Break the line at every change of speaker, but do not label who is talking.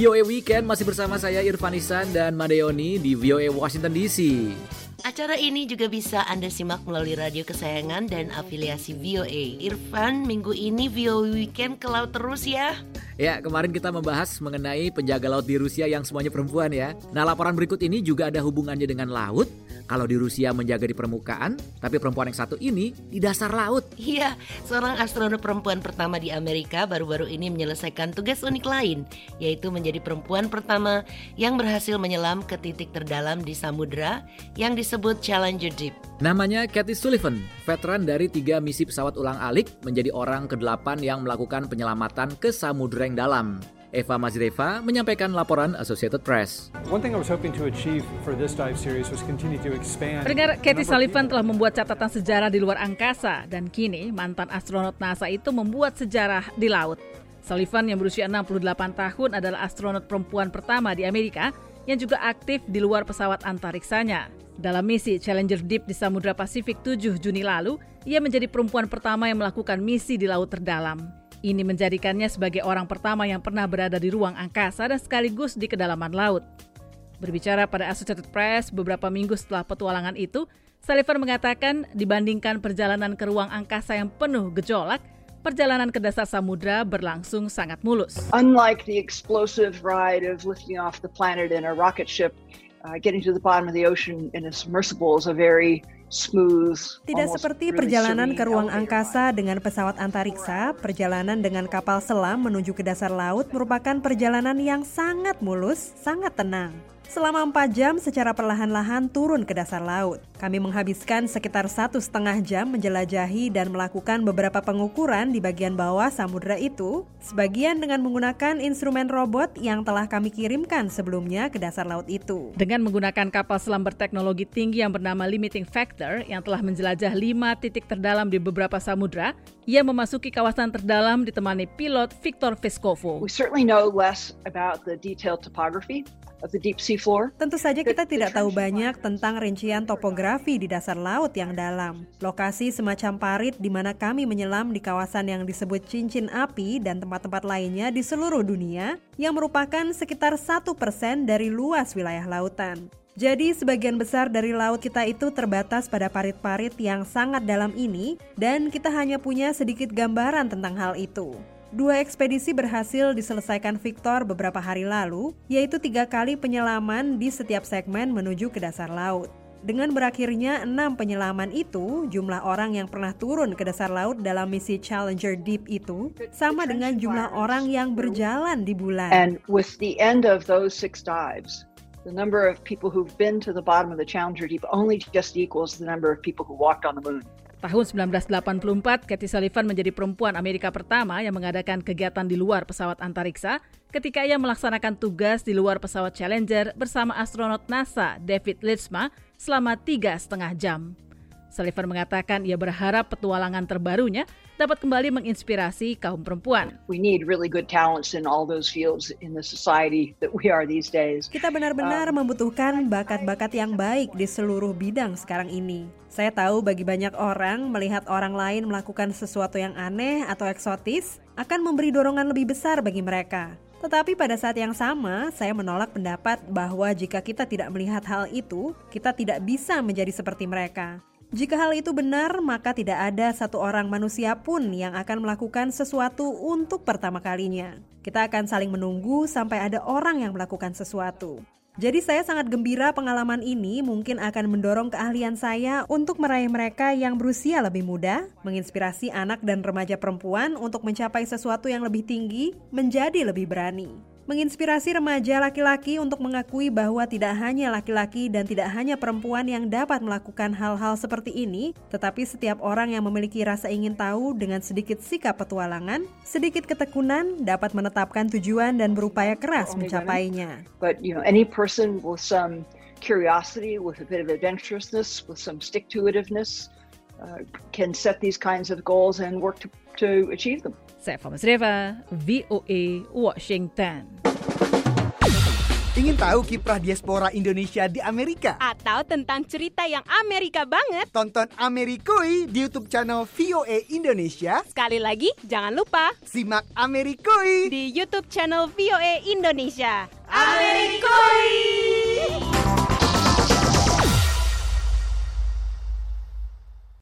VOA Weekend masih bersama saya Irfan Ihsan dan Madeoni di VOA Washington DC.
Acara ini juga bisa Anda simak melalui radio kesayangan dan afiliasi VOA. Irfan, minggu ini VOA Weekend ke laut terus ya?
Ya, kemarin kita membahas mengenai penjaga laut di Rusia yang semuanya perempuan ya. Nah, laporan berikut ini juga ada hubungannya dengan laut. Kalau di Rusia menjaga di permukaan, tapi perempuan yang satu ini di dasar laut.
Iya, seorang astronot perempuan pertama di Amerika baru-baru ini menyelesaikan tugas unik lain, yaitu menjadi perempuan pertama yang berhasil menyelam ke titik terdalam di samudra yang disebut Challenger Deep.
Namanya Katie Sullivan, veteran dari 3 misi pesawat ulang-alik, menjadi orang ke-8 yang melakukan penyelamatan ke samudra yang dalam. Eva Mazreva menyampaikan laporan Associated Press.
Pendengar, Katie Sullivan telah membuat catatan sejarah di luar angkasa dan kini mantan astronot NASA itu membuat sejarah di laut. Sullivan yang berusia 68 tahun adalah astronot perempuan pertama di Amerika yang juga aktif di luar pesawat antariksanya. Dalam misi Challenger Deep di Samudra Pasifik 7 Juni lalu, ia menjadi perempuan pertama yang melakukan misi di laut terdalam. Ini menjadikannya sebagai orang pertama yang pernah berada di ruang angkasa dan sekaligus di kedalaman laut. Berbicara pada Associated Press beberapa minggu setelah petualangan itu, Sullivan mengatakan dibandingkan perjalanan ke ruang angkasa yang penuh gejolak, perjalanan ke dasar samudra berlangsung sangat mulus.
Unlike the explosive ride of lifting off the planet in a rocket ship, getting to the bottom of the ocean in a submersible is a very smooth.
Tidak seperti perjalanan ke ruang angkasa dengan pesawat antariksa, perjalanan dengan kapal selam menuju ke dasar laut merupakan perjalanan yang sangat mulus, sangat tenang. Selama 4 jam secara perlahan-lahan turun ke dasar laut. Kami menghabiskan sekitar 1,5 jam menjelajahi dan melakukan beberapa pengukuran di bagian bawah samudra itu, sebagian dengan menggunakan instrumen robot yang telah kami kirimkan sebelumnya ke dasar laut itu.
Dengan menggunakan kapal selam berteknologi tinggi yang bernama Limiting Factor yang telah menjelajah 5 titik terdalam di beberapa samudra, ia memasuki kawasan terdalam ditemani pilot Viktor Veskovo.
We certainly know less about the detailed topography of the deep sea floor.
Tentu saja kita tidak tahu banyak tentang rincian topografi di dasar laut yang dalam. Lokasi semacam parit di mana kami menyelam di kawasan yang disebut cincin api dan tempat-tempat lainnya di seluruh dunia yang merupakan sekitar 1% dari luas wilayah lautan. Jadi sebagian besar dari laut kita itu terbatas pada parit-parit yang sangat dalam ini dan kita hanya punya sedikit gambaran tentang hal itu. 2 ekspedisi berhasil diselesaikan Viktor beberapa hari lalu, yaitu 3 kali penyelaman di setiap segmen menuju ke dasar laut. Dengan berakhirnya 6 penyelaman itu, jumlah orang yang pernah turun ke dasar laut dalam misi Challenger Deep itu sama dengan jumlah orang yang berjalan di bulan.
And with the end of those 6 dives, the number of people who've been to the bottom of the Challenger Deep only just equals the number of people who walked on the moon.
Tahun 1984, Katie Sullivan menjadi perempuan Amerika pertama yang mengadakan kegiatan di luar pesawat antariksa ketika ia melaksanakan tugas di luar pesawat Challenger bersama astronot NASA David Litzma selama 3,5 jam. Sullivan mengatakan ia berharap petualangan terbarunya dapat kembali menginspirasi kaum perempuan.
We need really good talents in all those fields in the society that we are these days.
Kita benar-benar membutuhkan bakat-bakat yang baik di seluruh bidang sekarang ini. Saya tahu bagi banyak orang, melihat orang lain melakukan sesuatu yang aneh atau eksotis akan memberi dorongan lebih besar bagi mereka. Tetapi pada saat yang sama, saya menolak pendapat bahwa jika kita tidak melihat hal itu, kita tidak bisa menjadi seperti mereka. Jika hal itu benar, maka tidak ada satu orang manusia pun yang akan melakukan sesuatu untuk pertama kalinya. Kita akan saling menunggu sampai ada orang yang melakukan sesuatu. Jadi saya sangat gembira pengalaman ini mungkin akan mendorong keahlian saya untuk meraih mereka yang berusia lebih muda, menginspirasi anak dan remaja perempuan untuk mencapai sesuatu yang lebih tinggi, menjadi lebih berani. Menginspirasi remaja laki-laki untuk mengakui bahwa tidak hanya laki-laki dan tidak hanya perempuan yang dapat melakukan hal-hal seperti ini, tetapi setiap orang yang memiliki rasa ingin tahu dengan sedikit sikap petualangan, sedikit ketekunan dapat menetapkan tujuan dan berupaya keras mencapainya.
But any person with some curiosity, with a bit of adventurousness, with some stick-to-itiveness, can set these kinds of goals and work to achieve them.
Saya Eva Mazreva, VOA Washington.
Ingin tahu kiprah diaspora Indonesia di Amerika?
Atau tentang cerita yang Amerika banget?
Tonton Amerikui di YouTube channel VOA Indonesia.
Sekali lagi, jangan lupa
simak Amerikui
di YouTube channel VOA Indonesia. Amerikui!